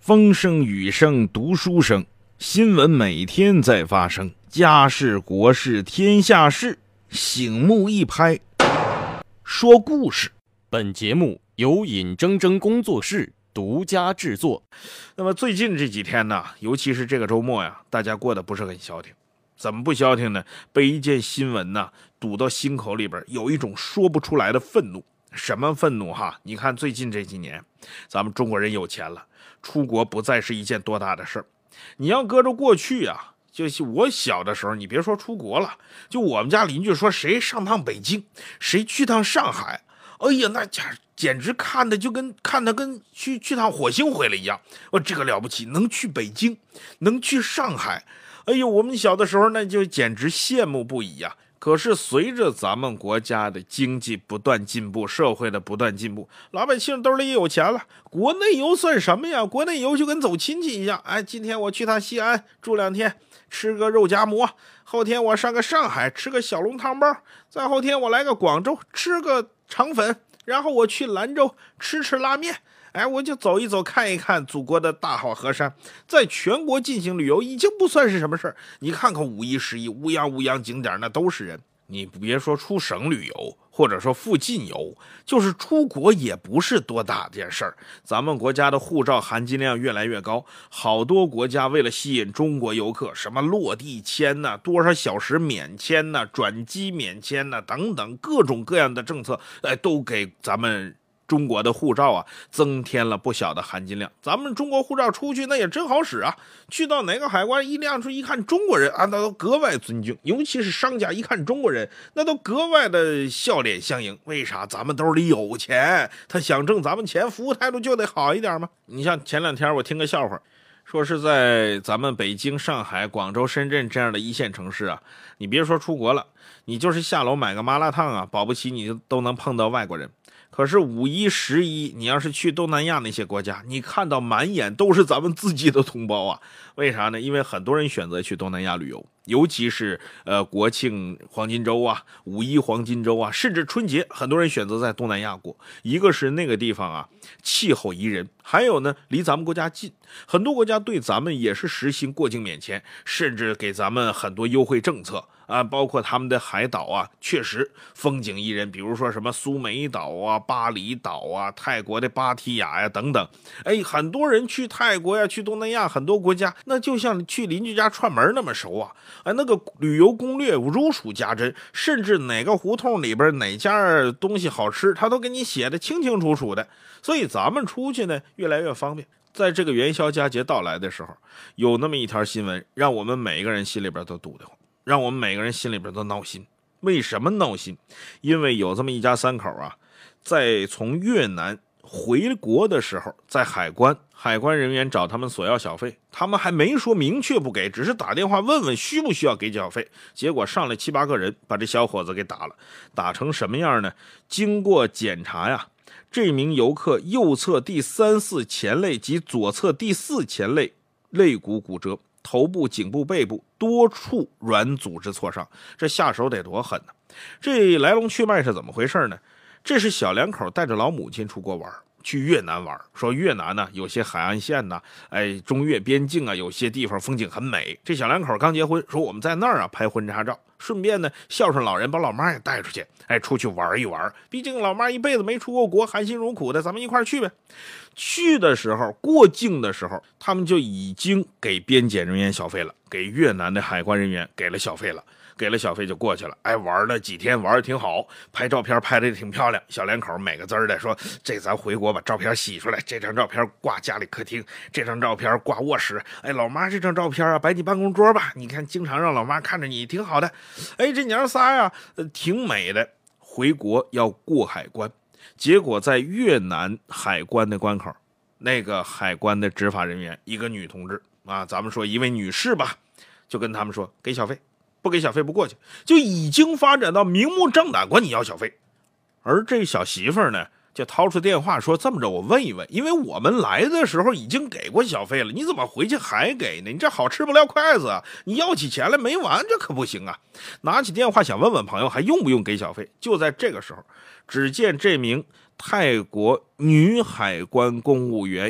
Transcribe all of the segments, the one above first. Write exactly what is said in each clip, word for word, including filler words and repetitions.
风声雨声读书声，新闻每天在发生，家事国事天下事，醒目一拍说故事。 本节目由尹铮铮工作室独家制作。 那么最近这几天呢，尤其是这个周末呀，大家过得不是很消停。怎么不消停呢？被一件新闻呢堵到心口里边，有一种说不出来的愤怒。什么愤怒哈？你看最近这几年，咱们中国人有钱了，出国不再是一件多大的事儿。你要搁着过去啊，就是我小的时候，你别说出国了，就我们家邻居说谁上趟北京，谁去趟上海，哎呀，那家简直看的就跟看的跟去去趟火星回来一样。我这个了不起，能去北京，能去上海，哎呦，我们小的时候那就简直羡慕不已呀。可是随着咱们国家的经济不断进步，社会的不断进步，老百姓兜里也有钱了，国内游算什么呀？国内游就跟走亲戚一样。哎，今天我去趟西安住两天，吃个肉夹馍，后天我上个上海吃个小笼汤包，再后天我来个广州吃个肠粉，然后我去兰州吃吃拉面。哎，我就走一走，看一看祖国的大好河山，在全国进行旅游已经不算是什么事儿。你看看五一、十一，乌泱乌泱景点那都是人。你别说出省旅游，或者说附近游，就是出国也不是多大件事儿。咱们国家的护照含金量越来越高，好多国家为了吸引中国游客，什么落地签呐、多少小时免签呐、转机免签呐等等各种各样的政策，哎，都给咱们中国的护照啊增添了不小的含金量。咱们中国护照出去那也真好使啊，去到哪个海关一亮出一看中国人啊，那都格外尊敬，尤其是商家一看中国人那都格外的笑脸相迎。为啥？咱们兜里有钱，他想挣咱们钱，服务态度就得好一点嘛。你像前两天我听个笑话，说是在咱们北京、上海、广州、深圳这样的一线城市啊，你别说出国了，你就是下楼买个麻辣烫啊，保不齐你都能碰到外国人。可是五一、十一，你要是去东南亚那些国家，你看到满眼都是咱们自己的同胞啊。为啥呢？因为很多人选择去东南亚旅游，尤其是呃国庆黄金周啊、五一黄金周啊，甚至春节，很多人选择在东南亚过。一个是那个地方啊气候宜人，还有呢离咱们国家近，很多国家对咱们也是实行过境免签，甚至给咱们很多优惠政策啊，包括他们的海岛啊，确实风景宜人，比如说什么苏梅岛啊、巴厘岛啊、泰国的芭提雅呀等等。哎，很多人去泰国呀、去东南亚很多国家，那就像去邻居家串门那么熟啊。哎，那个旅游攻略如数家珍，甚至哪个胡同里边哪家东西好吃，他都给你写的清清楚楚的。所以咱们出去呢越来越方便。在这个元宵佳节到来的时候，有那么一条新闻，让我们每一个人心里边都堵得慌，让我们每个人心里边都闹心。为什么闹心？因为有这么一家三口啊，在从越南回国的时候，在海关海关人员找他们索要小费，他们还没说明确不给，只是打电话问问需不需要给小费。结果上来七八个人把这小伙子给打了，打成什么样呢？经过检查呀，这名游客右侧第三四前肋及左侧第四前肋肋骨骨折，头部、颈部、背部多处软组织挫伤，这下手得多狠呢？这来龙去脉是怎么回事呢？这是小两口带着老母亲出国玩，去越南玩，说越南呢有些海岸线呢，哎，中越边境啊，有些地方风景很美。这小两口刚结婚，说我们在那儿啊拍婚纱照，顺便呢孝顺老人，把老妈也带出去，哎，出去玩一玩。毕竟老妈一辈子没出过国，含辛茹苦的，咱们一块儿去呗。去的时候，过境的时候，他们就已经给边检人员小费了，给越南的海关人员给了小费了。给了小费就过去了，哎，玩了几天，玩的挺好，拍照片拍的也挺漂亮。小两口美个滋儿的说，这咱回国把照片洗出来，这张照片挂家里客厅，这张照片挂卧室。哎，老妈这张照片啊，摆你办公桌吧，你看经常让老妈看着你，挺好的。哎，这娘仨呀，呃，挺美的。回国要过海关，结果在越南海关的关口，那个海关的执法人员，一个女同志啊，咱们说一位女士吧，就跟他们说给小费。不给小费不过去，就已经发展到明目张胆管你要小费。而这小媳妇儿呢，就掏出电话说，这么着我问一问，因为我们来的时候已经给过小费了，你怎么回去还给呢？你这好吃不了筷子啊，你要起钱来没完，这可不行啊。拿起电话想问问朋友还用不用给小费。就在这个时候，只见这名泰国女海关公务员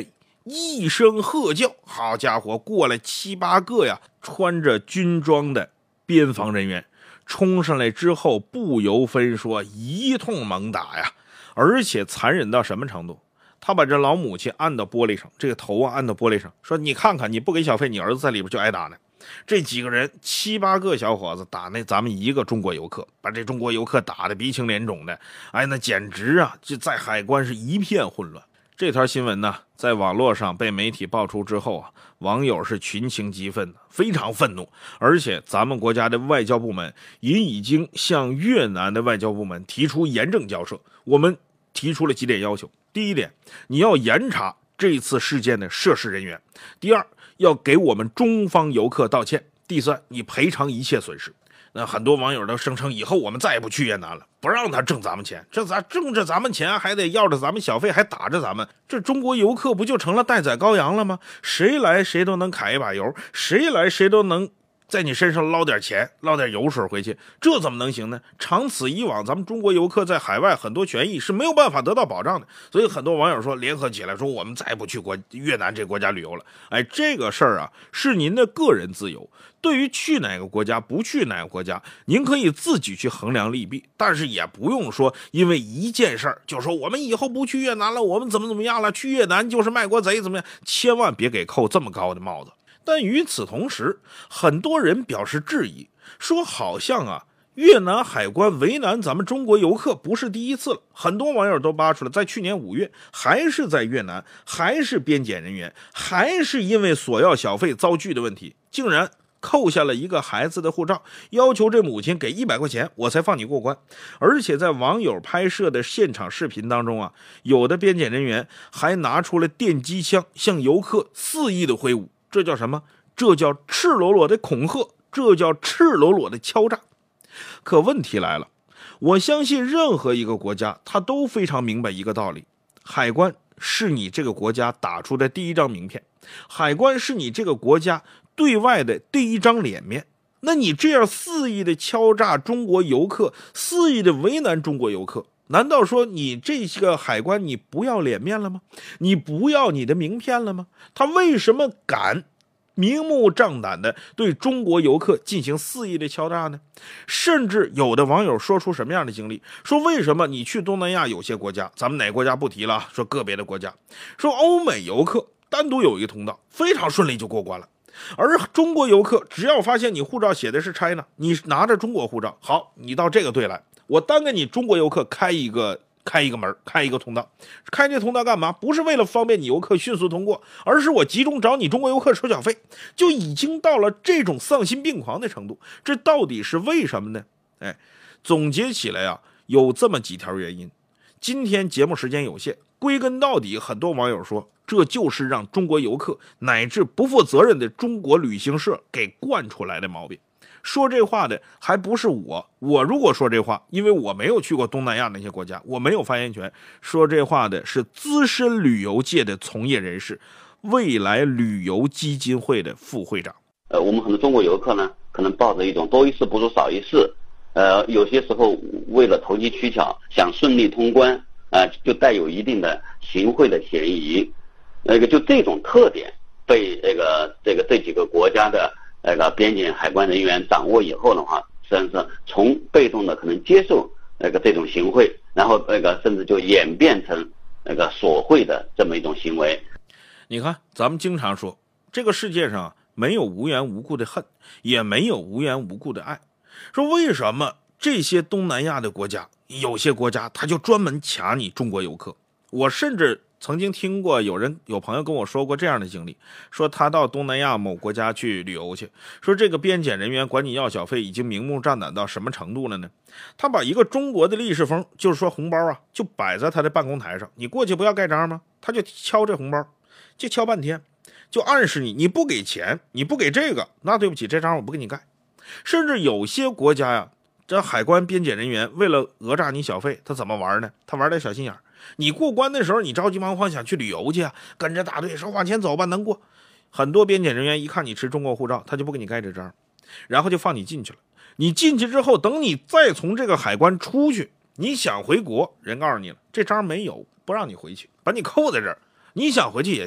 一声喝叫，好家伙，过来七八个呀，穿着军装的边防人员，冲上来之后不由分说一通猛打呀，而且残忍到什么程度？他把这老母亲按到玻璃上，这个头啊按到玻璃上，说你看看，你不给小费，你儿子在里边就挨打呢。这几个人七八个小伙子打那咱们一个中国游客，把这中国游客打得鼻青脸肿的，哎，那简直啊，这在海关是一片混乱。这条新闻呢，在网络上被媒体爆出之后啊，网友是群情激愤的，非常愤怒。而且咱们国家的外交部门也已经向越南的外交部门提出严正交涉。我们提出了几点要求：第一点，你要严查这次事件的涉事人员；第二，要给我们中方游客道歉；第三，你赔偿一切损失。那很多网友都声称以后我们再也不去越南了，不让他挣咱们钱，这咋挣着咱们钱还得要着咱们小费，还打着咱们，这中国游客不就成了待宰羔羊了吗？谁来谁都能揩一把油，谁来谁都能在你身上捞点钱，捞点油水回去，这怎么能行呢？长此以往，咱们中国游客在海外很多权益是没有办法得到保障的。所以很多网友说联合起来说我们再不去国越南这个国家旅游了。哎，这个事儿啊是您的个人自由，对于去哪个国家不去哪个国家，您可以自己去衡量利弊，但是也不用说因为一件事儿就说我们以后不去越南了，我们怎么怎么样了，去越南就是卖国贼怎么样，千万别给扣这么高的帽子。但与此同时，很多人表示质疑，说好像啊，越南海关为难咱们中国游客不是第一次了。很多网友都扒出了，在去年五月，还是在越南，还是边检人员，还是因为索要小费遭拒的问题，竟然扣下了一个孩子的护照，要求这母亲给一百块钱，我才放你过关。而且在网友拍摄的现场视频当中啊，有的边检人员还拿出了电击枪，向游客肆意的挥舞。这叫什么？这叫赤裸裸的恐吓，这叫赤裸裸的敲诈。可问题来了，我相信任何一个国家他都非常明白一个道理，海关是你这个国家打出的第一张名片，海关是你这个国家对外的第一张脸面。那你这样肆意的敲诈中国游客，肆意的为难中国游客，难道说你这个海关你不要脸面了吗？你不要你的名片了吗？他为什么敢明目张胆的对中国游客进行肆意的敲诈呢？甚至有的网友说出什么样的经历，说为什么你去东南亚有些国家，咱们哪个国家不提了，说个别的国家，说欧美游客单独有一个通道，非常顺利就过关了，而中国游客只要发现你护照写的是 China， 你拿着中国护照，好，你到这个队来，我单给你中国游客开一个开一个门，开一个通道。开这通道干嘛？不是为了方便你游客迅速通过，而是我集中找你中国游客收小费，就已经到了这种丧心病狂的程度。这到底是为什么呢？哎，总结起来啊，有这么几条原因。今天节目时间有限，归根到底，很多网友说，这就是让中国游客乃至不负责任的中国旅行社给惯出来的毛病。说这话的还不是我，我如果说这话，因为我没有去过东南亚那些国家，我没有发言权。说这话的是资深旅游界的从业人士，未来旅游基金会的副会长。 呃，我们很多中国游客呢，可能抱着一种多一事不如少一事，呃，有些时候为了投机取巧，想顺利通关，啊、呃，就带有一定的行贿的嫌疑。那个就这种特点被这个这个这几个国家的那个边检海关人员掌握以后的话，实际上是从被动的可能接受那个这种行贿，然后那个甚至就演变成那个索贿的这么一种行为。 你看，咱们经常说，这个世界上没有无缘无故的恨，也没有无缘无故的爱。说为什么这些东南亚的国家，有些国家他就专门卡你中国游客？我甚至曾经听过有人有朋友跟我说过这样的经历，说他到东南亚某国家去旅游去，说这个边检人员管你要小费已经明目张胆到什么程度了呢？他把一个中国的立式封，就是说红包啊，就摆在他的办公台上，你过去不要盖章吗？他就敲这红包，就敲半天，就暗示你，你不给钱，你不给这个，那对不起，这章我不给你盖。甚至有些国家呀，这海关边检人员为了讹诈你小费，他怎么玩呢？他玩点小心眼儿。你过关的时候，你着急忙慌想去旅游去啊，跟着大队说往前走吧，能过。很多边检人员一看你持中国护照，他就不给你盖这章，然后就放你进去了。你进去之后，等你再从这个海关出去，你想回国，人告诉你了，这章没有，不让你回去，把你扣在这儿。你想回去也行，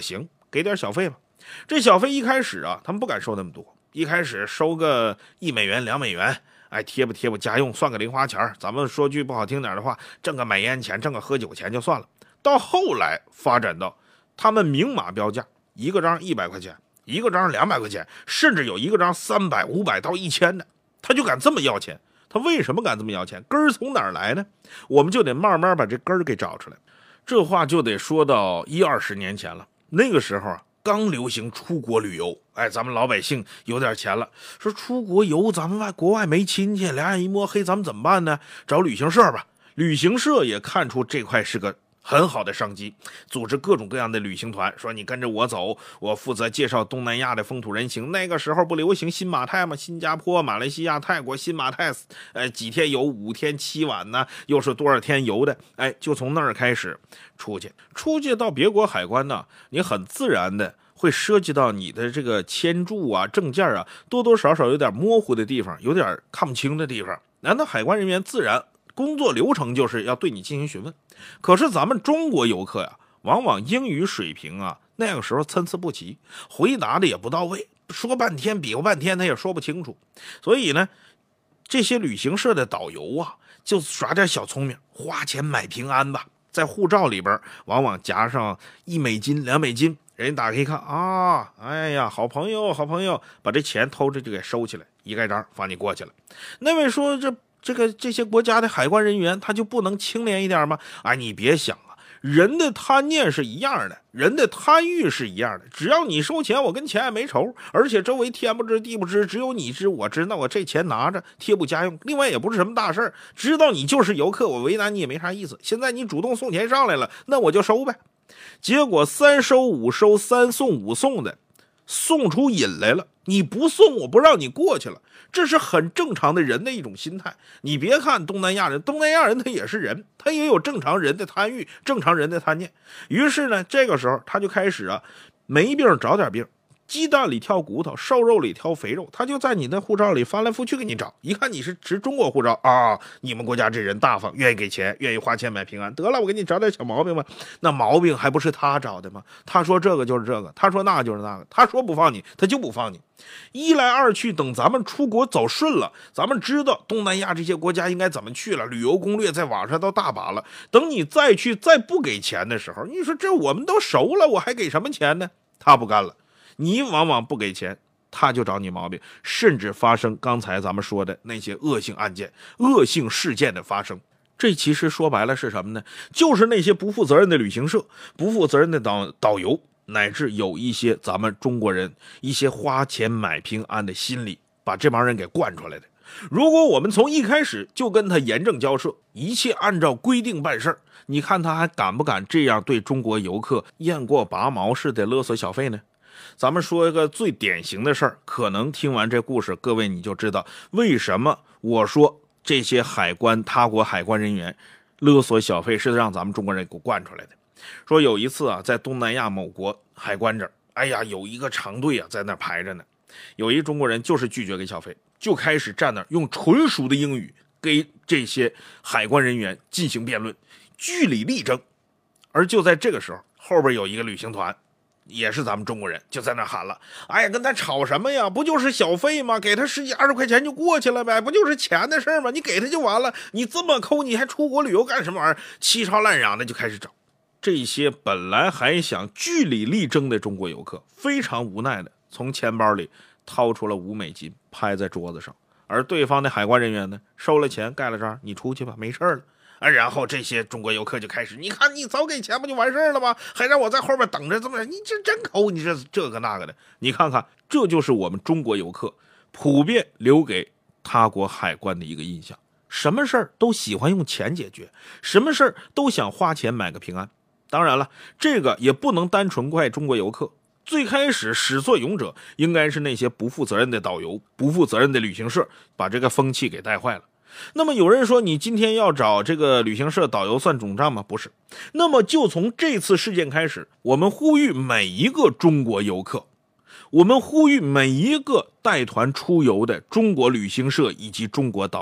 给点小费吧。这小费一开始啊，他们不敢收那么多，一开始收个一美元、两美元，哎，贴吧贴吧家用，算个零花钱。咱们说句不好听点的话，挣个买烟钱，挣个喝酒钱就算了。到后来发展到他们明码标价，一个章一百块钱，一个章两百块钱，甚至有一个章三百、五百到一千的，他就敢这么要钱。他为什么敢这么要钱？根儿从哪儿来呢？我们就得慢慢把这根儿给找出来。这话就得说到一二十年前了。那个时候啊，刚流行出国旅游，哎，咱们老百姓有点钱了，说出国游，咱们外国外没亲戚，两眼一摸黑，咱们怎么办呢？找旅行社吧。旅行社也看出这块是个很好的商机，组织各种各样的旅行团，说你跟着我走，我负责介绍东南亚的风土人情。那个时候不流行新马泰吗？新加坡、马来西亚、泰国，新马泰，呃，几天游，五天七晚呢，又是多少天游的？哎，就从那儿开始出去，出去到别国海关呢，你很自然的会涉及到你的这个签注啊、证件啊，多多少少有点模糊的地方，有点看不清的地方。难道海关人员自然工作流程就是要对你进行询问？可是咱们中国游客呀，往往英语水平啊，那个时候参差不齐，回答的也不到位，说半天比划半天他也说不清楚。所以呢，这些旅行社的导游啊，就耍点小聪明，花钱买平安吧，在护照里边往往夹上一美金、两美金，人家打开一看啊，哎呀，好朋友，好朋友，把这钱偷着就给收起来，一盖章放你过去了。那位说这。这个这些国家的海关人员他就不能清廉一点吗？哎，你别想啊，人的贪念是一样的，人的贪欲是一样的，只要你收钱，我跟钱也没仇，而且周围天不知地不知，只有你知我知，那我这钱拿着贴补家用，另外也不是什么大事儿，知道你就是游客，我为难你也没啥意思，现在你主动送钱上来了，那我就收呗。结果三收五收，三送五送的，送出瘾来了，你不送我不让你过去了，这是很正常的人的一种心态。你别看东南亚人，东南亚人他也是人，他也有正常人的贪欲，正常人的贪念。于是呢，这个时候他就开始啊，没病找点病，鸡蛋里挑骨头，瘦肉里挑肥肉，他就在你的护照里翻来覆去给你找。一看你是持中国护照啊，你们国家这人大方，愿意给钱，愿意花钱买平安，得了，我给你找点小毛病吧。那毛病还不是他找的吗？他说这个就是这个，他说那就是那个，他说不放你，他就不放你。一来二去，等咱们出国走顺了，咱们知道东南亚这些国家应该怎么去了，旅游攻略在网上都大把了。等你再去再不给钱的时候，你说这我们都熟了，我还给什么钱呢？他不干了，你往往不给钱，他就找你毛病，甚至发生刚才咱们说的那些恶性案件、恶性事件的发生。这其实说白了是什么呢？就是那些不负责任的旅行社、不负责任的导导游，乃至有一些咱们中国人一些花钱买平安的心理，把这帮人给惯出来的。如果我们从一开始就跟他严正交涉，一切按照规定办事儿，你看他还敢不敢这样对中国游客雁过拔毛似的勒索小费呢？咱们说一个最典型的事儿，可能听完这故事，各位你就知道为什么我说这些海关他国海关人员勒索小费是让咱们中国人给惯出来的。说有一次啊，在东南亚某国海关这儿，哎呀，有一个长队啊在那排着呢，有一中国人就是拒绝给小费，就开始站那儿用纯熟的英语给这些海关人员进行辩论，据理力争。而就在这个时候，后边有一个旅行团，也是咱们中国人，就在那喊了，哎呀，跟他吵什么呀？不就是小费吗？给他十几二十块钱就过去了呗，不就是钱的事吗？你给他就完了，你这么抠，你还出国旅游干什么玩意儿？七吵烂嚷的就开始找。这些本来还想据理力争的中国游客，非常无奈的从钱包里掏出了五美金，拍在桌子上。而对方的海关人员呢，收了钱，盖了章，你出去吧，没事了。啊，然后这些中国游客就开始，你看你早给钱不就完事了吗？还让我在后边等着，这么你这真抠，你这这个那个的。你看看，这就是我们中国游客普遍留给他国海关的一个印象，什么事儿都喜欢用钱解决，什么事儿都想花钱买个平安。当然了，这个也不能单纯怪中国游客，最开始始作俑者应该是那些不负责任的导游、不负责任的旅行社，把这个风气给带坏了。那么有人说，你今天要找这个旅行社导游算总账吗？不是。那么就从这次事件开始，我们呼吁每一个中国游客，我们呼吁每一个带团出游的中国旅行社以及中国导游，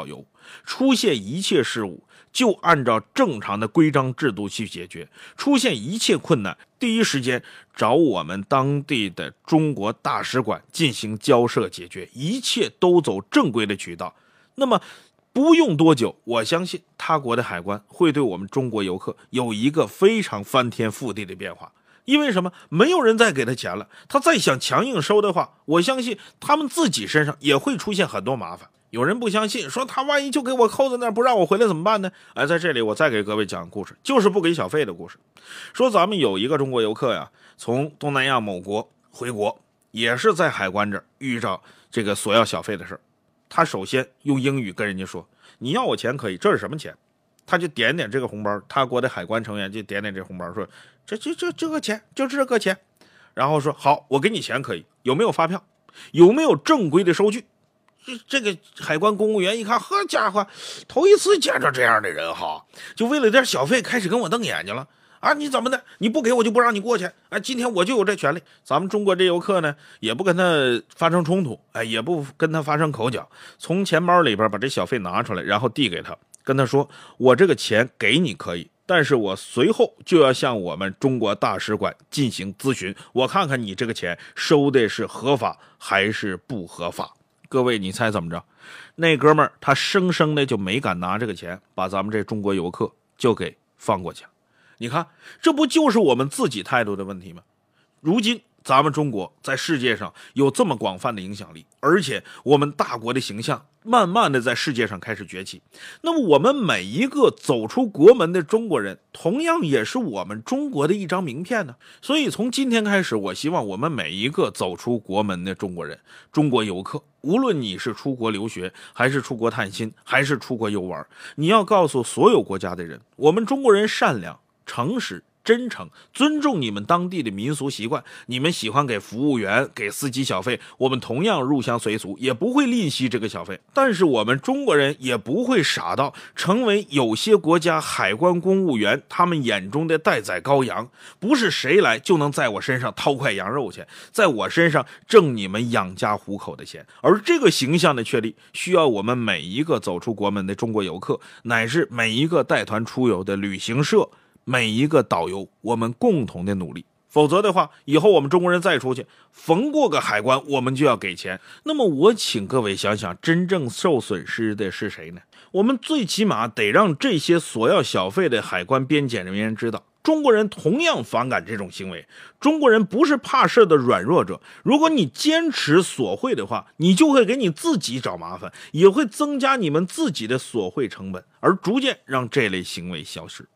出现一切事务就按照正常的规章制度去解决，出现一切困难，第一时间找我们当地的中国大使馆进行交涉解决，一切都走正规的渠道。那么不用多久，我相信他国的海关会对我们中国游客有一个非常翻天覆地的变化。因为什么？没有人再给他钱了，他再想强硬收的话，我相信他们自己身上也会出现很多麻烦。有人不相信，说他万一就给我扣在那儿不让我回来怎么办呢？哎，在这里我再给各位讲故事，就是不给小费的故事。说咱们有一个中国游客呀，从东南亚某国回国，也是在海关这儿遇着这个索要小费的事儿。他首先用英语跟人家说，你要我钱可以，这是什么钱？他就点点这个红包，他国的海关成员就点点这红包，说这这这这个钱就这个钱，然后说好，我给你钱可以，有没有发票？有没有正规的收据？这这个海关公务员一看，呵家伙，头一次见着这样的人哈，就为了点小费开始跟我瞪眼睛了啊！你怎么的？你不给我就不让你过去啊！今天我就有这权利。咱们中国这游客呢，也不跟他发生冲突，哎，也不跟他发生口角，从钱包里边把这小费拿出来，然后递给他，跟他说：“我这个钱给你可以，但是我随后就要向我们中国大使馆进行咨询，我看看你这个钱收的是合法还是不合法。”各位，你猜怎么着？那哥们儿他生生的就没敢拿这个钱，把咱们这中国游客就给放过去了。你看，这不就是我们自己态度的问题吗？如今咱们中国在世界上有这么广泛的影响力，而且我们大国的形象慢慢的在世界上开始崛起。那么我们每一个走出国门的中国人，同样也是我们中国的一张名片呢。所以从今天开始，我希望我们每一个走出国门的中国人，中国游客，无论你是出国留学，还是出国探亲，还是出国游玩，你要告诉所有国家的人，我们中国人善良、诚实、真诚，尊重你们当地的民俗习惯，你们喜欢给服务员、给司机小费，我们同样入乡随俗，也不会吝惜这个小费。但是我们中国人也不会傻到成为有些国家海关公务员他们眼中的待宰羔羊，不是谁来就能在我身上掏块羊肉钱，在我身上挣你们养家糊口的钱。而这个形象的确立，需要我们每一个走出国门的中国游客，乃至每一个带团出游的旅行社，每一个导游，我们共同的努力。否则的话，以后我们中国人再出去，逢过个海关我们就要给钱。那么我请各位想想，真正受损失的是谁呢？我们最起码得让这些索要小费的海关边检人员知道，中国人同样反感这种行为。中国人不是怕事的软弱者，如果你坚持索贿的话，你就会给你自己找麻烦，也会增加你们自己的索贿成本，而逐渐让这类行为消失。